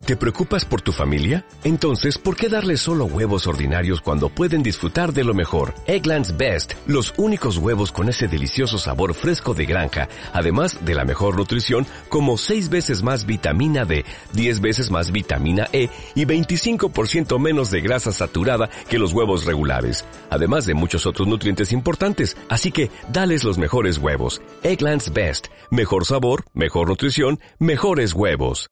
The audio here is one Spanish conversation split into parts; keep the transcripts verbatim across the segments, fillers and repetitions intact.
¿Te preocupas por tu familia? Entonces, ¿por qué darles solo huevos ordinarios cuando pueden disfrutar de lo mejor? Eggland's Best, los únicos huevos con ese delicioso sabor fresco de granja, además de la mejor nutrición, como seis veces más vitamina D, diez veces más vitamina E y veinticinco por ciento menos de grasa saturada que los huevos regulares, además de muchos otros nutrientes importantes. Así que, dales los mejores huevos. Eggland's Best, mejor sabor, mejor nutrición, mejores huevos.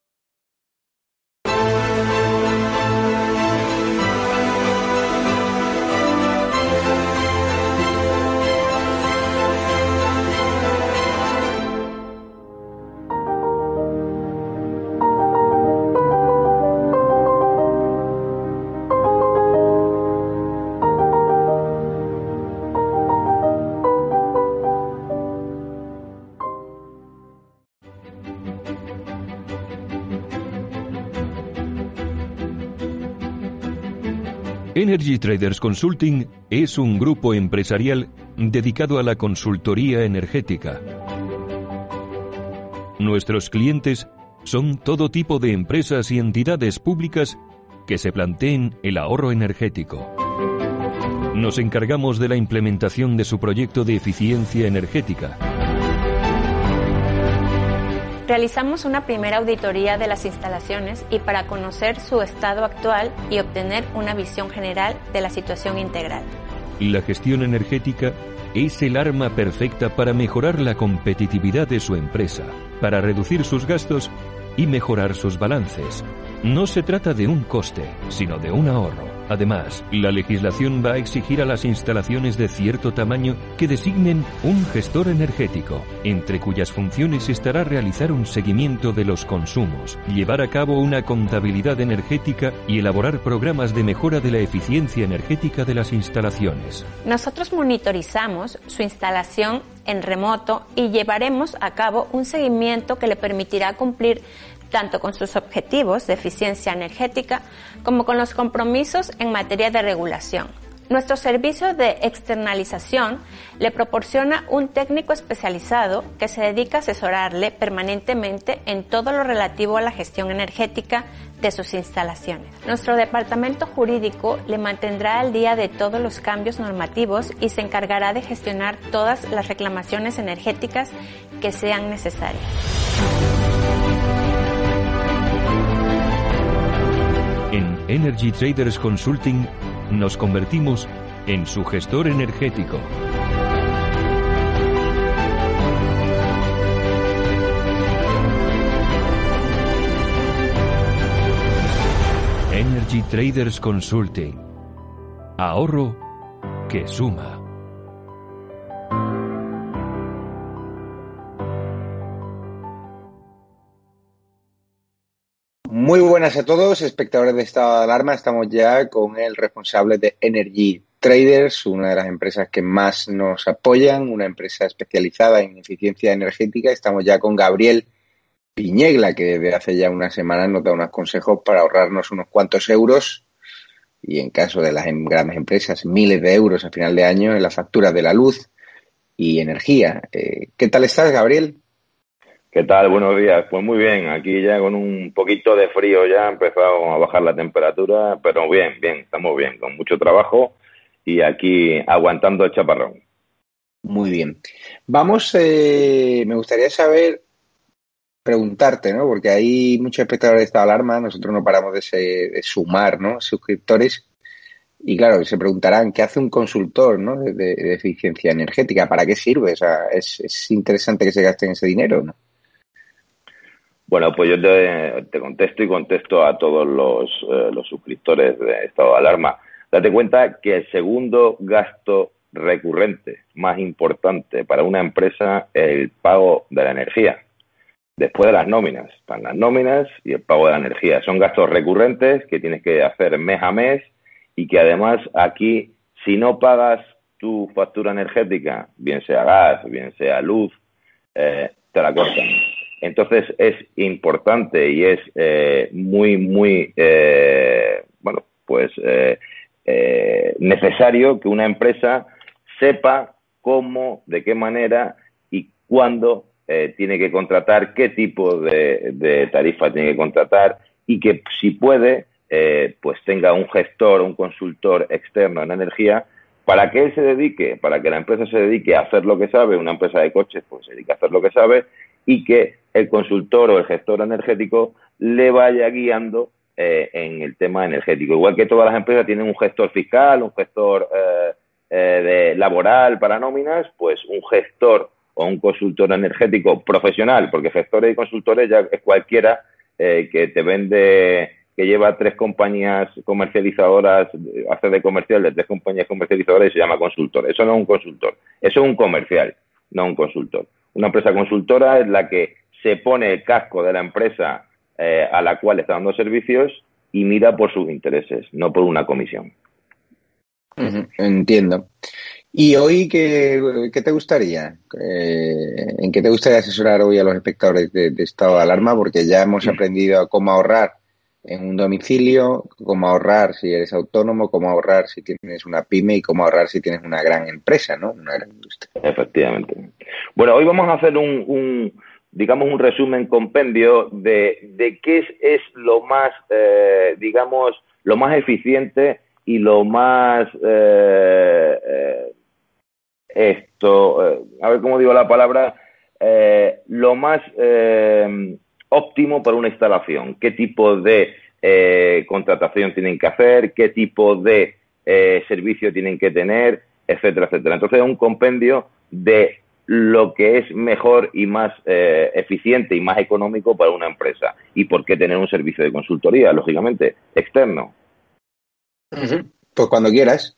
Energy Traders Consulting es un grupo empresarial dedicado a la consultoría energética. Nuestros clientes son todo tipo de empresas y entidades públicas que se planteen el ahorro energético. Nos encargamos de la implementación de su proyecto de eficiencia energética. Realizamos una primera auditoría de las instalaciones y para conocer su estado actual y obtener una visión general de la situación integral. La gestión energética es el arma perfecta para mejorar la competitividad de su empresa, para reducir sus gastos y mejorar sus balances. No se trata de un coste, sino de un ahorro. Además, la legislación va a exigir a las instalaciones de cierto tamaño que designen un gestor energético, entre cuyas funciones estará realizar un seguimiento de los consumos, llevar a cabo una contabilidad energética y elaborar programas de mejora de la eficiencia energética de las instalaciones. Nosotros monitorizamos su instalación en remoto y llevaremos a cabo un seguimiento que le permitirá cumplir tanto con sus objetivos de eficiencia energética como con los compromisos en materia de regulación. Nuestro servicio de externalización le proporciona un técnico especializado que se dedica a asesorarle permanentemente en todo lo relativo a la gestión energética de sus instalaciones. Nuestro departamento jurídico le mantendrá al día de todos los cambios normativos y se encargará de gestionar todas las reclamaciones energéticas que sean necesarias. En Energy Traders Consulting nos convertimos en su gestor energético. Energy Traders Consulting. Ahorro que suma. Muy buenas a todos, espectadores de Estado de Alarma. Estamos ya con el responsable de Energy Traders, una de las empresas que más nos apoyan, una empresa especializada en eficiencia energética. Estamos ya con Gabriel Piñegla, que desde hace ya unas semanas nos da unos consejos para ahorrarnos unos cuantos euros y, en caso de las grandes empresas, miles de euros a final de año en las facturas de la luz y energía. Eh, ¿Qué tal estás, Gabriel? ¿Qué tal? Buenos días. Pues muy bien, aquí ya con un poquito de frío ya ha empezado a bajar la temperatura, pero bien, bien, estamos bien, con mucho trabajo y aquí aguantando el chaparrón. Muy bien. Vamos, eh, me gustaría saber, preguntarte, ¿no? Porque hay muchos espectadores de Estado de Alarma, nosotros no paramos de, se, de sumar, ¿no?, suscriptores, y claro, se preguntarán, ¿qué hace un consultor, ¿no?, de, de, de eficiencia energética? ¿Para qué sirve? O sea, ¿es, es interesante que se gasten ese dinero, no? Bueno, pues yo te, te contesto y contesto a todos los, eh, los suscriptores de Estado de Alarma. Date cuenta que el segundo gasto recurrente más importante para una empresa es el pago de la energía. Después de las nóminas, están las nóminas y el pago de la energía. Son gastos recurrentes que tienes que hacer mes a mes y que además aquí, si no pagas tu factura energética, bien sea gas, bien sea luz, eh, te la cortan. Entonces es importante y es eh, muy, muy, eh, bueno, pues eh, eh, necesario que una empresa sepa cómo, de qué manera y cuándo eh, tiene que contratar, qué tipo de, de tarifa tiene que contratar y que si puede, eh, pues tenga un gestor, un consultor externo en energía para que él se dedique, para que la empresa se dedique a hacer lo que sabe, una empresa de coches pues se dedica a hacer lo que sabe y que el consultor o el gestor energético le vaya guiando eh, en el tema energético. Igual que todas las empresas tienen un gestor fiscal, un gestor eh, eh, de laboral para nóminas, pues un gestor o un consultor energético profesional, porque gestores y consultores ya es cualquiera eh, que te vende, que lleva tres compañías comercializadoras, hace de comercial de tres compañías comercializadoras y se llama consultor. Eso no es un consultor, eso es un comercial, no un consultor. Una empresa consultora es la que se pone el casco de la empresa eh, a la cual está dando servicios y mira por sus intereses, no por una comisión. Uh-huh, entiendo. ¿Y hoy qué, qué te gustaría? Eh, ¿En qué te gustaría asesorar hoy a los espectadores de, de estado de alarma? Porque ya hemos aprendido a cómo ahorrar en un domicilio, cómo ahorrar si eres autónomo, cómo ahorrar si tienes una pyme y cómo ahorrar si tienes una gran empresa, ¿no? Una gran industria. Efectivamente. Bueno, hoy vamos a hacer un, un digamos, un resumen compendio de, de qué es, es lo más, eh, digamos, lo más eficiente y lo más... Eh, eh, esto, eh, a ver cómo digo la palabra, eh, lo más eh, óptimo para una instalación, qué tipo de eh, contratación tienen que hacer, qué tipo de eh, servicio tienen que tener, etcétera, etcétera. Entonces es un compendio de lo que es mejor y más eh, eficiente y más económico para una empresa y por qué tener un servicio de consultoría, lógicamente, externo. Uh-huh. Pues cuando quieras.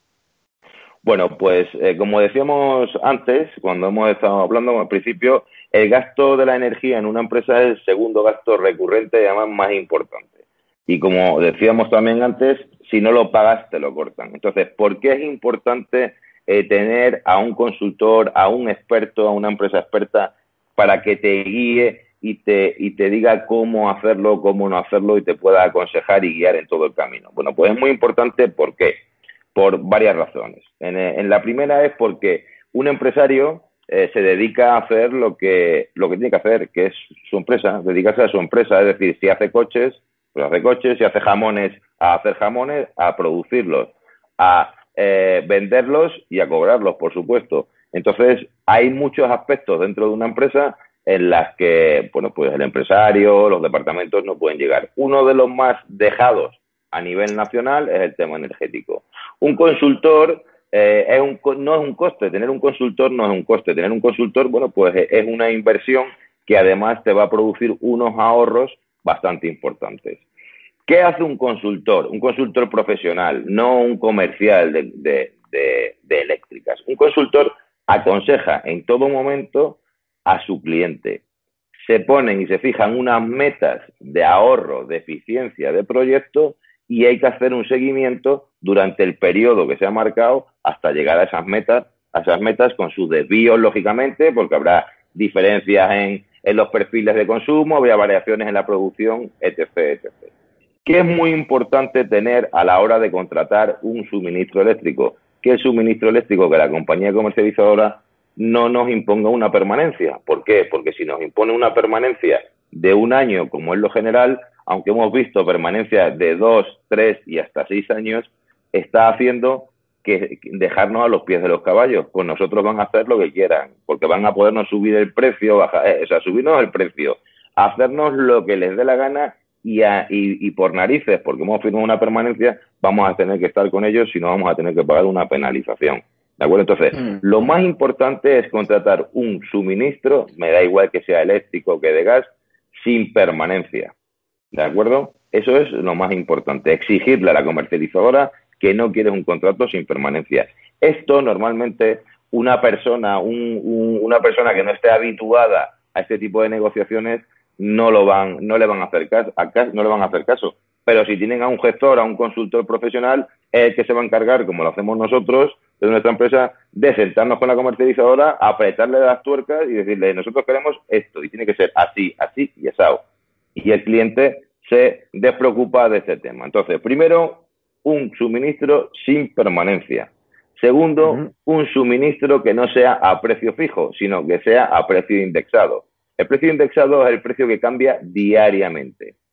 Bueno, pues eh, como decíamos antes, cuando hemos estado hablando al principio, el gasto de la energía en una empresa es el segundo gasto recurrente y además más importante. Y como decíamos también antes, si no lo pagas te lo cortan. Entonces, ¿por qué es importante eh, tener a un consultor, a un experto, a una empresa experta para que te guíe y te, y te diga cómo hacerlo, cómo no hacerlo y te pueda aconsejar y guiar en todo el camino? Bueno, pues es muy importante. ¿Por qué? Por varias razones. En, en la primera es porque un empresario eh, se dedica a hacer lo que lo que tiene que hacer, que es su empresa, dedicarse a su empresa. Es decir, si hace coches, pues hace coches, si hace jamones, a hacer jamones, a producirlos, a eh, venderlos y a cobrarlos, por supuesto. Entonces, hay muchos aspectos dentro de una empresa en las que, bueno, pues el empresario, los departamentos no pueden llegar. Uno de los más dejados a nivel nacional es el tema energético. Un consultor eh, es un, no es un coste, tener un consultor no es un coste, tener un consultor, bueno, pues es una inversión que además te va a producir unos ahorros bastante importantes. ¿Qué hace un consultor? Un consultor profesional, no un comercial de, de, de, de eléctricas. Un consultor aconseja en todo momento a su cliente. Se ponen y se fijan unas metas de ahorro, de eficiencia de proyecto y hay que hacer un seguimiento durante el periodo que se ha marcado hasta llegar a esas metas, a esas metas con sus desvíos, lógicamente, porque habrá diferencias en, en los perfiles de consumo, habrá variaciones en la producción, etcétera, etcétera. ¿Qué es muy importante tener a la hora de contratar un suministro eléctrico? Que el suministro eléctrico, que la compañía comercializadora no nos imponga una permanencia. ¿Por qué? Porque si nos impone una permanencia de un año, como es lo general, aunque hemos visto permanencias de dos, tres y hasta seis años, está haciendo que dejarnos a los pies de los caballos. Pues nosotros van a hacer lo que quieran, porque van a podernos subir el precio, bajar, eh, o sea, subirnos el precio, hacernos lo que les dé la gana y, a, y, y por narices, porque hemos firmado una permanencia, vamos a tener que estar con ellos, si no vamos a tener que pagar una penalización. ¿De acuerdo? Entonces, mm. lo más importante es contratar un suministro, me da igual que sea eléctrico que de gas, sin permanencia. ¿De acuerdo? Eso es lo más importante, exigirle a la comercializadora que no quieres un contrato sin permanencia. Esto normalmente una persona, un, un, una persona que no esté habituada a este tipo de negociaciones no lo van, no le van a hacer caso, a caso, no le van a hacer caso. Pero si tienen a un gestor, a un consultor profesional, es el que se va a encargar, como lo hacemos nosotros, de nuestra empresa, de sentarnos con la comercializadora, apretarle las tuercas y decirle, nosotros queremos esto, y tiene que ser así, así y asado. Y el cliente se despreocupa de ese tema. Entonces, primero, un suministro sin permanencia. Segundo, uh-huh. un suministro que no sea a precio fijo, sino que sea a precio indexado. El precio indexado es el precio que cambia diariamente.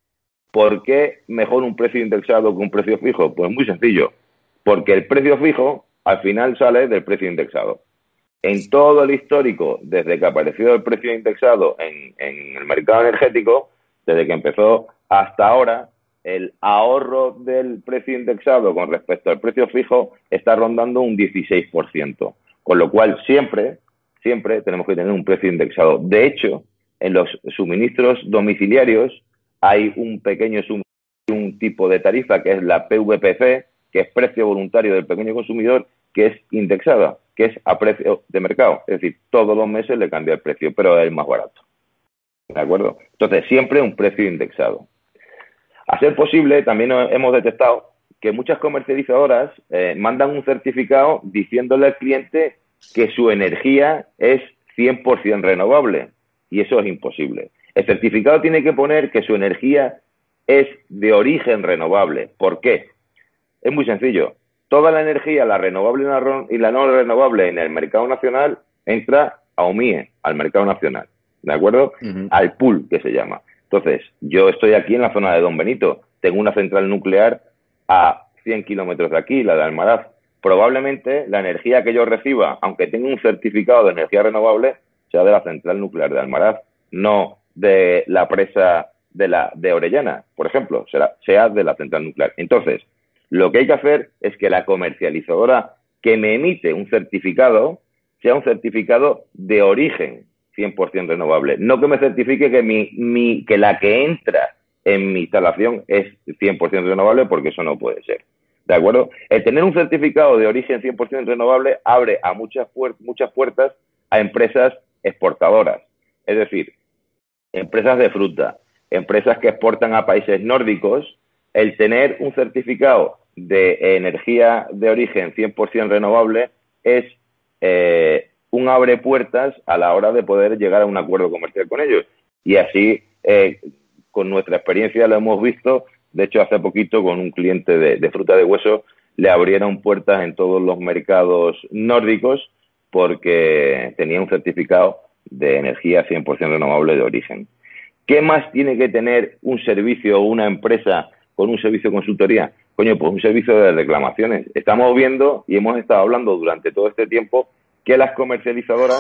¿Por qué mejor un precio indexado que un precio fijo? Pues muy sencillo, porque el precio fijo al final sale del precio indexado. En todo el histórico, desde que apareció el precio indexado en, en el mercado energético, desde que empezó hasta ahora, el ahorro del precio indexado con respecto al precio fijo está rondando un dieciséis por ciento. Con lo cual, siempre, siempre tenemos que tener un precio indexado. De hecho, en los suministros domiciliarios hay un pequeño un tipo de tarifa que es la P V P C, que es precio voluntario del pequeño consumidor, que es indexada, que es a precio de mercado. Es decir, todos los meses le cambia el precio, pero es el más barato. ¿De acuerdo? Entonces, siempre un precio indexado. A ser posible, también hemos detectado que muchas comercializadoras eh, mandan un certificado diciéndole al cliente que su energía es cien por ciento renovable, y eso es imposible. El certificado tiene que poner que su energía es de origen renovable. ¿Por qué? Es muy sencillo. Toda la energía, la renovable y la no renovable en el mercado nacional, entra a O M I E, al mercado nacional, ¿de acuerdo? Uh-huh. Al pool, que se llama. Entonces, yo estoy aquí en la zona de Don Benito, tengo una central nuclear a cien kilómetros de aquí, la de Almaraz. Probablemente la energía que yo reciba, aunque tenga un certificado de energía renovable, sea de la central nuclear de Almaraz, no de la presa de la de Orellana, por ejemplo, será, sea de la central nuclear. Entonces, lo que hay que hacer es que la comercializadora que me emite un certificado sea un certificado de origen cien por ciento renovable, no que me certifique que mi, mi que la que entra en mi instalación es cien por ciento renovable, porque eso no puede ser. ¿De acuerdo? El tener un certificado de origen cien por ciento renovable abre a muchas, puer- muchas puertas a empresas exportadoras. Es decir, empresas de fruta, empresas que exportan a países nórdicos. El tener un certificado de energía de origen cien por ciento renovable es eh, un abre puertas a la hora de poder llegar a un acuerdo comercial con ellos. Y así, eh, con nuestra experiencia lo hemos visto. De hecho, hace poquito con un cliente de, de fruta de hueso le abrieron puertas en todos los mercados nórdicos porque tenía un certificado de energía cien por ciento renovable de origen. ¿Qué más tiene que tener un servicio o una empresa con un servicio de consultoría? Coño, pues un servicio de reclamaciones. Estamos viendo y hemos estado hablando durante todo este tiempo que las comercializadoras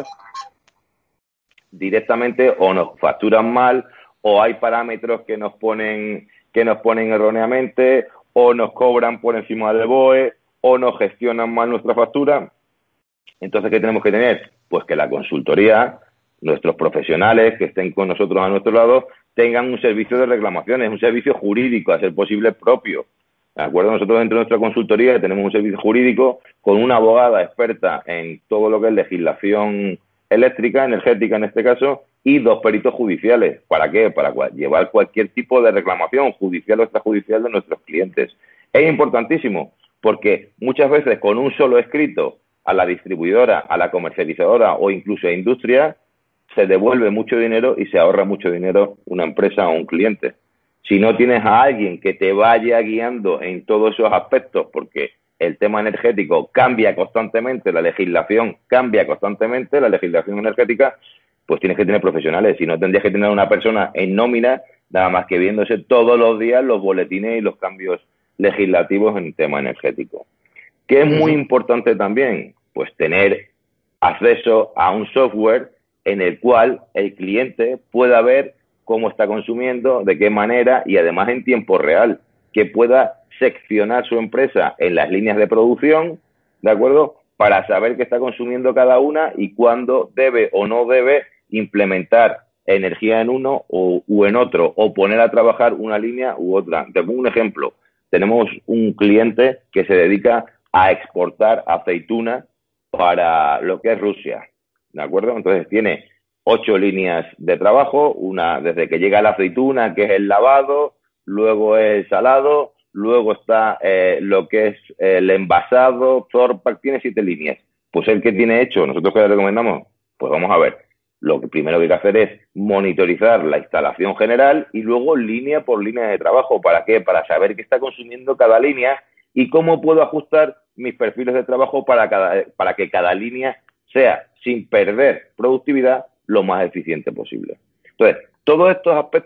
directamente o nos facturan mal, o hay parámetros que nos ponen que nos ponen erróneamente, o nos cobran por encima del B O E, o nos gestionan mal nuestra factura. Entonces, ¿qué tenemos que tener? Pues que la consultoría, nuestros profesionales que estén con nosotros a nuestro lado, tengan un servicio de reclamaciones, un servicio jurídico, a ser posible propio. ¿De acuerdo? Nosotros dentro de nuestra consultoría tenemos un servicio jurídico con una abogada experta en todo lo que es legislación eléctrica, energética en este caso, y dos peritos judiciales. ¿Para qué? Para llevar cualquier tipo de reclamación judicial o extrajudicial de nuestros clientes. Es importantísimo porque muchas veces con un solo escrito a la distribuidora, a la comercializadora o incluso a industria, se devuelve mucho dinero y se ahorra mucho dinero una empresa o un cliente. Si no tienes a alguien que te vaya guiando en todos esos aspectos, porque el tema energético cambia constantemente, la legislación cambia constantemente, la legislación energética, pues tienes que tener profesionales. Si no, tendrías que tener una persona en nómina, nada más que viéndose todos los días los boletines y los cambios legislativos en el tema energético. ¿Qué es muy importante también? Pues tener acceso a un software en el cual el cliente pueda ver cómo está consumiendo, de qué manera y además en tiempo real, que pueda seccionar su empresa en las líneas de producción, ¿de acuerdo?, para saber qué está consumiendo cada una y cuándo debe o no debe implementar energía en uno o, u en otro, o poner a trabajar una línea u otra. Te pongo un ejemplo. Tenemos un cliente que se dedica a exportar aceituna para lo que es Rusia, ¿de acuerdo? Entonces tiene ocho líneas de trabajo, una desde que llega la aceituna, que es el lavado, luego el salado, luego está eh, lo que es el envasado, Zorpack, tiene siete líneas. Pues el que tiene hecho, ¿nosotros qué le recomendamos? Pues vamos a ver, lo que primero que hay que hacer es monitorizar la instalación general y luego línea por línea de trabajo. ¿Para qué? Para saber qué está consumiendo cada línea y cómo puedo ajustar mis perfiles de trabajo para, cada, para que cada línea sea, sin perder productividad, lo más eficiente posible. Entonces, todos estos aspectos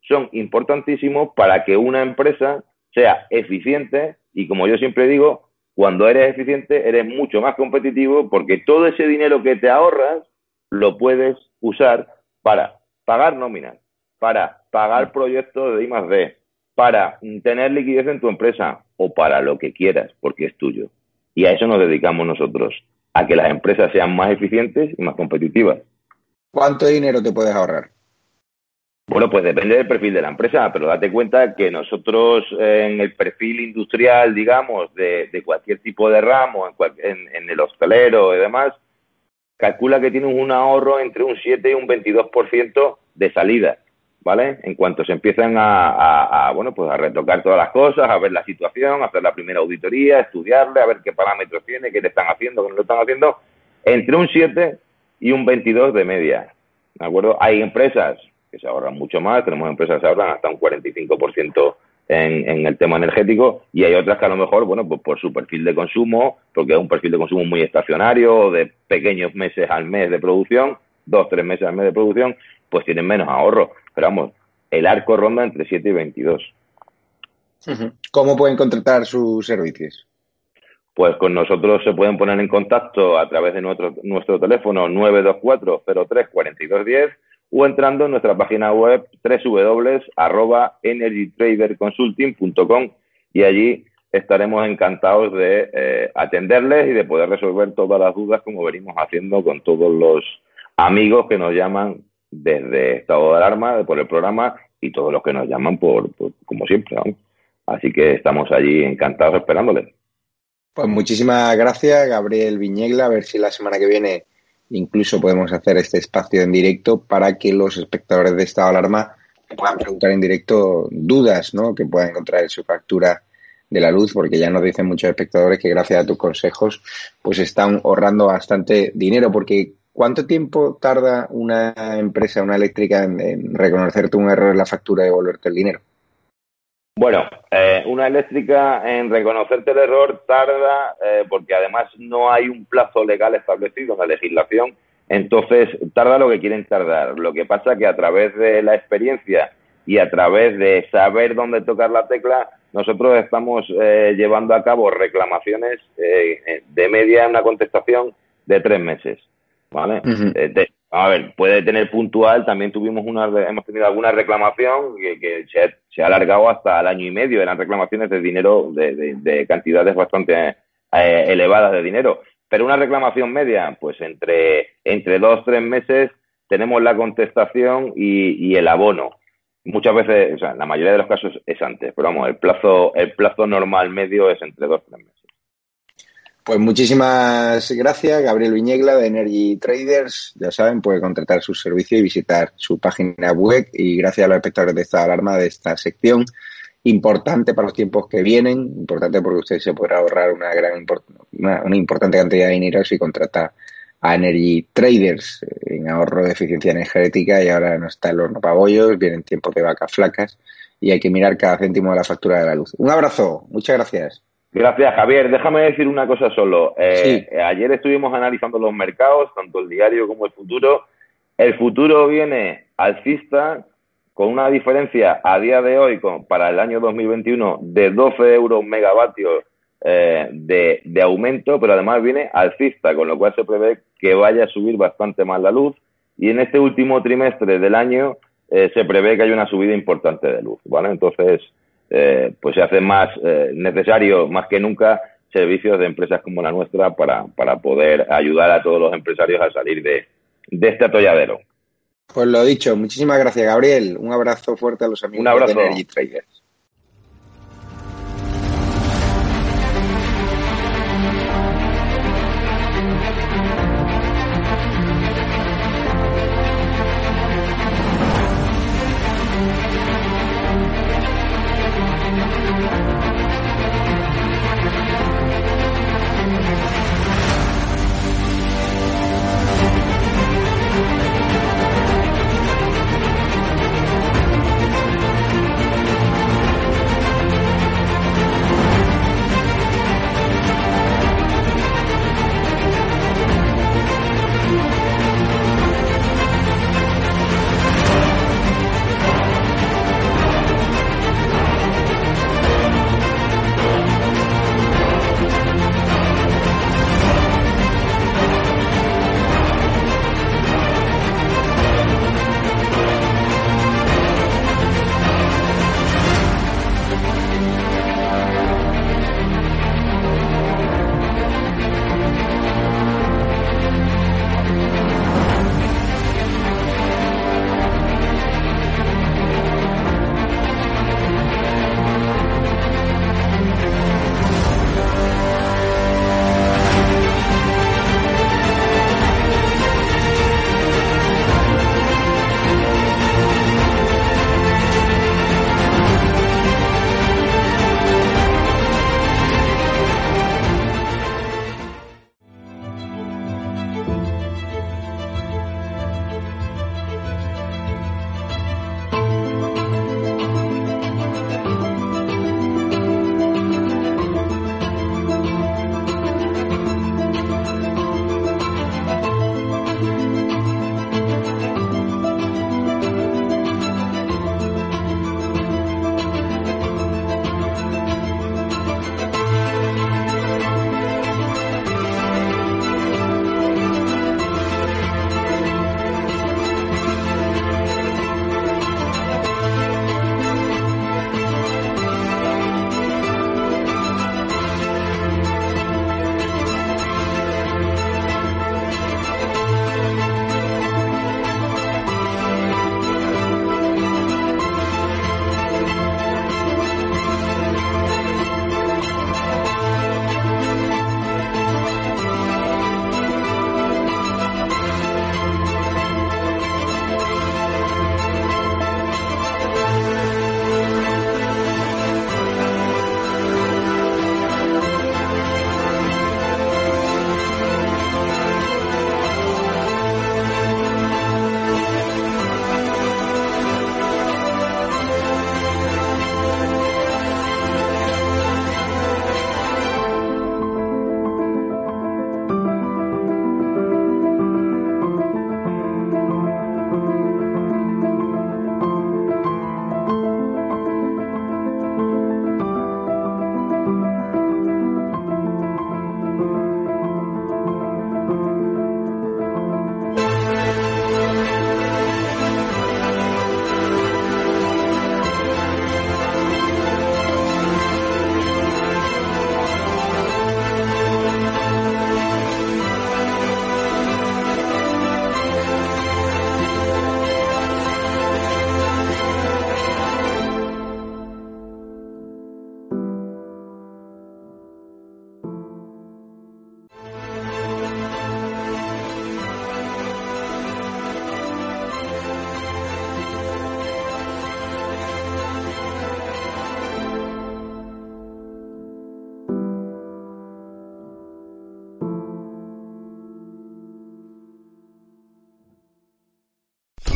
son importantísimos para que una empresa sea eficiente y, como yo siempre digo, cuando eres eficiente eres mucho más competitivo porque todo ese dinero que te ahorras lo puedes usar para pagar nóminas, para pagar proyectos de I más D, para tener liquidez en tu empresa o para lo que quieras, porque es tuyo. Y a eso nos dedicamos nosotros, a que las empresas sean más eficientes y más competitivas. ¿Cuánto dinero te puedes ahorrar? Bueno, pues depende del perfil de la empresa, pero date cuenta que nosotros eh, en el perfil industrial, digamos, de, de cualquier tipo de ramo, en, cual, en, en el hostelero y demás, calcula que tienes un ahorro entre un siete y un veintidós por ciento de salida, ¿vale? En cuanto se empiezan a, a, a, bueno, pues a retocar todas las cosas, a ver la situación, a hacer la primera auditoría, estudiarle, a ver qué parámetros tiene, qué le están haciendo, qué no lo están haciendo, entre un siete y un veintidós de media, ¿de acuerdo? Hay empresas que se ahorran mucho más, tenemos empresas que se ahorran hasta un cuarenta y cinco por ciento en, en el tema energético y hay otras que a lo mejor, bueno, pues por su perfil de consumo, porque es un perfil de consumo muy estacionario, de pequeños meses al mes de producción, dos, tres meses al mes de producción, pues tienen menos ahorro. Pero vamos, el arco ronda entre siete y veintidós. ¿Cómo pueden contratar sus servicios? Pues con nosotros se pueden poner en contacto a través de nuestro, nuestro teléfono nueve dos cuatro cero tres cuatro dos uno cero o entrando en nuestra página web doble u doble u doble u punto arroba energy trader consulting punto com y allí estaremos encantados de eh, atenderles y de poder resolver todas las dudas como venimos haciendo con todos los amigos que nos llaman desde estado de alarma por el programa y todos los que nos llaman por, por como siempre, ¿no? Así que estamos allí encantados esperándoles. Pues muchísimas gracias, Gabriel Viñegla. A ver si la semana que viene incluso podemos hacer este espacio en directo para que los espectadores de estado de alarma puedan preguntar en directo dudas, ¿no?, que puedan encontrar en su factura de la luz, porque ya nos dicen muchos espectadores que gracias a tus consejos pues están ahorrando bastante dinero. Porque ¿cuánto tiempo tarda una empresa, una eléctrica, en, en reconocerte un error en la factura y devolverte el dinero? Bueno, eh, una eléctrica en reconocerte el error tarda eh, porque además no hay un plazo legal establecido en la legislación, entonces tarda lo que quieren tardar. Lo que pasa que a través de la experiencia y a través de saber dónde tocar la tecla, nosotros estamos eh, llevando a cabo reclamaciones eh, de media, una contestación de tres meses, ¿vale? Uh-huh. Eh, de, a ver, puede tener puntual, también tuvimos una, hemos tenido alguna reclamación que, que se, ha, se ha alargado hasta el año y medio, eran reclamaciones de dinero, de, de, de cantidades bastante eh, elevadas de dinero, pero una reclamación media, pues entre, entre dos, tres meses tenemos la contestación y, y el abono. Muchas veces, o sea, en la mayoría de los casos es antes, pero vamos, el plazo, el plazo normal medio es entre dos, tres meses. Pues muchísimas gracias, Gabriel Viñegla de Energy Traders. Ya saben, puede contratar su servicio y visitar su página web. Y gracias a los espectadores de esta alarma, de esta sección, importante para los tiempos que vienen, importante porque usted se podrá ahorrar una gran una, una importante cantidad de dinero si contrata a Energy Traders en ahorro de eficiencia energética. Y ahora no está el horno para bollos, vienen tiempos de vacas flacas y hay que mirar cada céntimo de la factura de la luz. Un abrazo, muchas gracias. Gracias, Javier. Déjame decir una cosa solo. Eh, sí. Ayer estuvimos analizando los mercados, tanto el diario como el futuro. El futuro viene alcista con una diferencia a día de hoy con, para el año dos mil veintiuno de doce euros megavatios eh, de, de aumento, pero además viene alcista, con lo cual se prevé que vaya a subir bastante más la luz. Y en este último trimestre del año eh, se prevé que haya una subida importante de luz, ¿vale? Entonces, Eh, pues se hace más eh, necesario, más que nunca, servicios de empresas como la nuestra para, para poder ayudar a todos los empresarios a salir de, de este atolladero. Pues lo dicho, muchísimas gracias, Gabriel. Un abrazo fuerte a los amigos Un abrazo. de Energy Traders.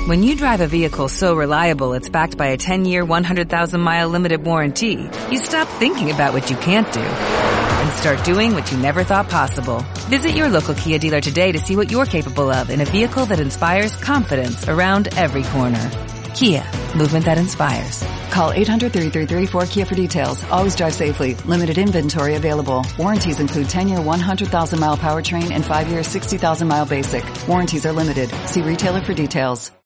When you drive a vehicle so reliable it's backed by a ten-year, one hundred thousand mile limited warranty, you stop thinking about what you can't do and start doing what you never thought possible. Visit your local Kia dealer today to see what you're capable of in a vehicle that inspires confidence around every corner. Kia, movement that inspires. Call eight hundred, three three three, four K I A for details. Always drive safely. Limited inventory available. Warranties include ten-year, one hundred thousand mile powertrain and five-year, sixty thousand mile basic. Warranties are limited. See retailer for details.